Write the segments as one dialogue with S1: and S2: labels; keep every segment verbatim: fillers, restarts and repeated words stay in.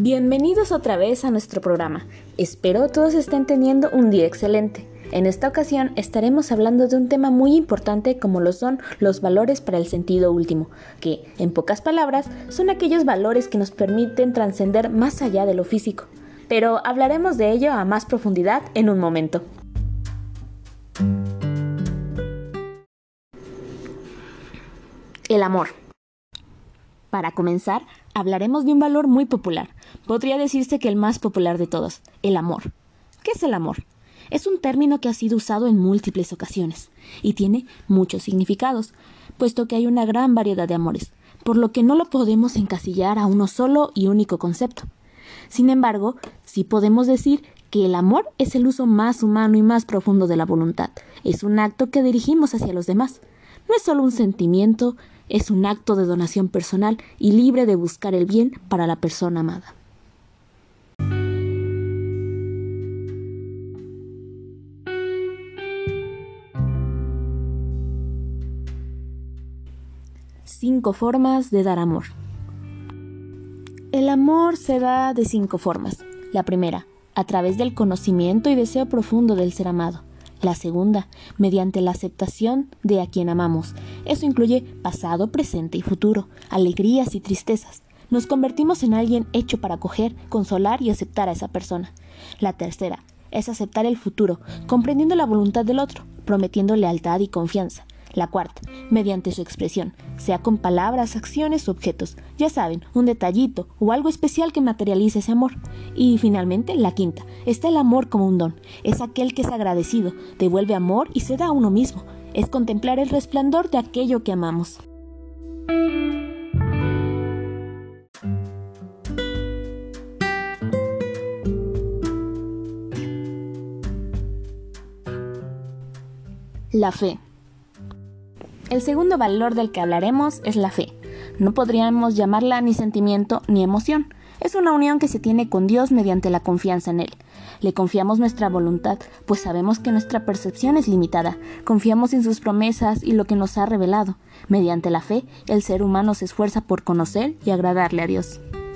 S1: Bienvenidos otra vez a nuestro programa. Espero todos estén teniendo un día excelente. En esta ocasión estaremos hablando de un tema muy importante como lo son los valores para el sentido último, que, en pocas palabras, son aquellos valores que nos permiten trascender más allá de lo físico. Pero hablaremos de ello a más profundidad en un momento. El amor. Para comenzar, hablaremos de un valor muy popular. Podría decirse que el más popular de todos, el amor. ¿Qué es el amor? Es un término que ha sido usado en múltiples ocasiones y tiene muchos significados, puesto que hay una gran variedad de amores, por lo que no lo podemos encasillar a uno solo y único concepto. Sin embargo, sí podemos decir que el amor es el uso más humano y más profundo de la voluntad. Es un acto que dirigimos hacia los demás. No es solo un sentimiento, es un acto de donación personal y libre de buscar el bien para la persona amada. Cinco formas de dar amor. El amor se da de cinco formas. La primera, a través del conocimiento y deseo profundo del ser amado. La segunda, mediante la aceptación de a quien amamos. Eso incluye pasado, presente y futuro, alegrías y tristezas. Nos convertimos en alguien hecho para acoger, consolar y aceptar a esa persona. La tercera, es aceptar el futuro, comprendiendo la voluntad del otro, prometiendo lealtad y confianza. La cuarta, mediante su expresión, sea con palabras, acciones o objetos, ya saben, un detallito o algo especial que materialice ese amor. Y finalmente, la quinta, está el amor como un don, es aquel que es agradecido, devuelve amor y se da a uno mismo, es contemplar el resplandor de aquello que amamos. La fe. El segundo valor del que hablaremos es la fe. No podríamos llamarla ni sentimiento ni emoción. Es una unión que se tiene con Dios mediante la confianza en Él. Le confiamos nuestra voluntad, pues sabemos que nuestra percepción es limitada. Confiamos en sus promesas y lo que nos ha revelado. Mediante la fe, el ser humano se esfuerza por conocer y agradarle a Dios.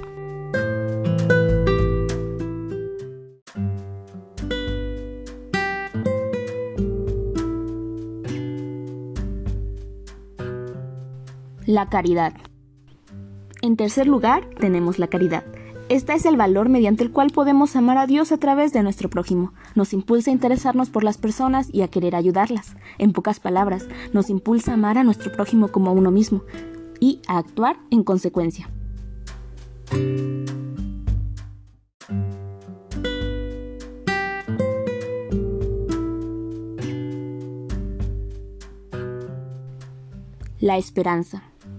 S1: La caridad. En tercer lugar, tenemos la caridad. Esta es el valor mediante el cual podemos amar a Dios a través de nuestro prójimo. Nos impulsa a interesarnos por las personas y a querer ayudarlas. En pocas palabras, nos impulsa a amar a nuestro prójimo como a uno mismo y a actuar en consecuencia. La esperanza.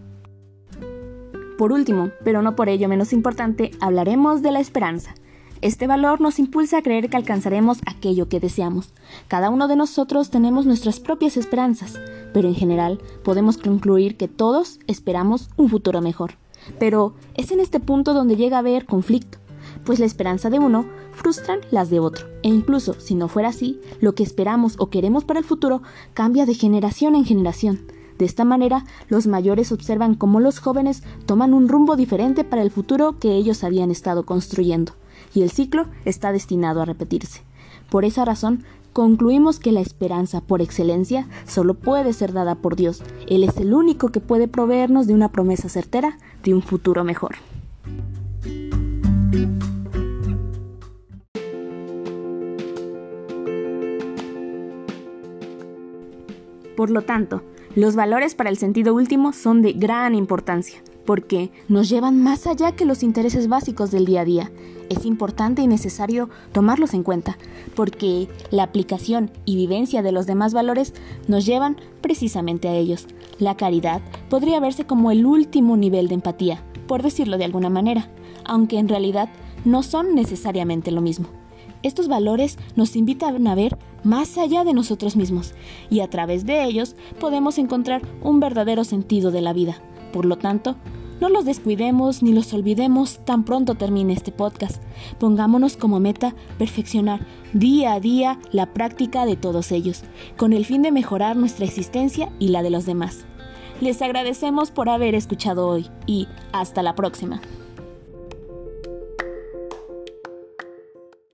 S1: Por último, pero no por ello menos importante, hablaremos de la esperanza. Este valor nos impulsa a creer que alcanzaremos aquello que deseamos. Cada uno de nosotros tenemos nuestras propias esperanzas, pero en general podemos concluir que todos esperamos un futuro mejor. Pero es en este punto donde llega a haber conflicto, pues la esperanza de uno frustran las de otro, e incluso si no fuera así, lo que esperamos o queremos para el futuro cambia de generación en generación. De esta manera, los mayores observan cómo los jóvenes toman un rumbo diferente para el futuro que ellos habían estado construyendo, y el ciclo está destinado a repetirse. Por esa razón, concluimos que la esperanza, por excelencia, solo puede ser dada por Dios. Él es el único que puede proveernos de una promesa certera de un futuro mejor. Por lo tanto, los valores para el sentido último son de gran importancia, porque nos llevan más allá que los intereses básicos del día a día. Es importante y necesario tomarlos en cuenta, porque la aplicación y vivencia de los demás valores nos llevan precisamente a ellos. La caridad podría verse como el último nivel de empatía, por decirlo de alguna manera, aunque en realidad no son necesariamente lo mismo. Estos valores nos invitan a ver más allá de nosotros mismos y a través de ellos podemos encontrar un verdadero sentido de la vida. Por lo tanto, no los descuidemos ni los olvidemos tan pronto termine este podcast. Pongámonos como meta perfeccionar día a día la práctica de todos ellos, con el fin de mejorar nuestra existencia y la de los demás. Les agradecemos por haber escuchado hoy y hasta la próxima.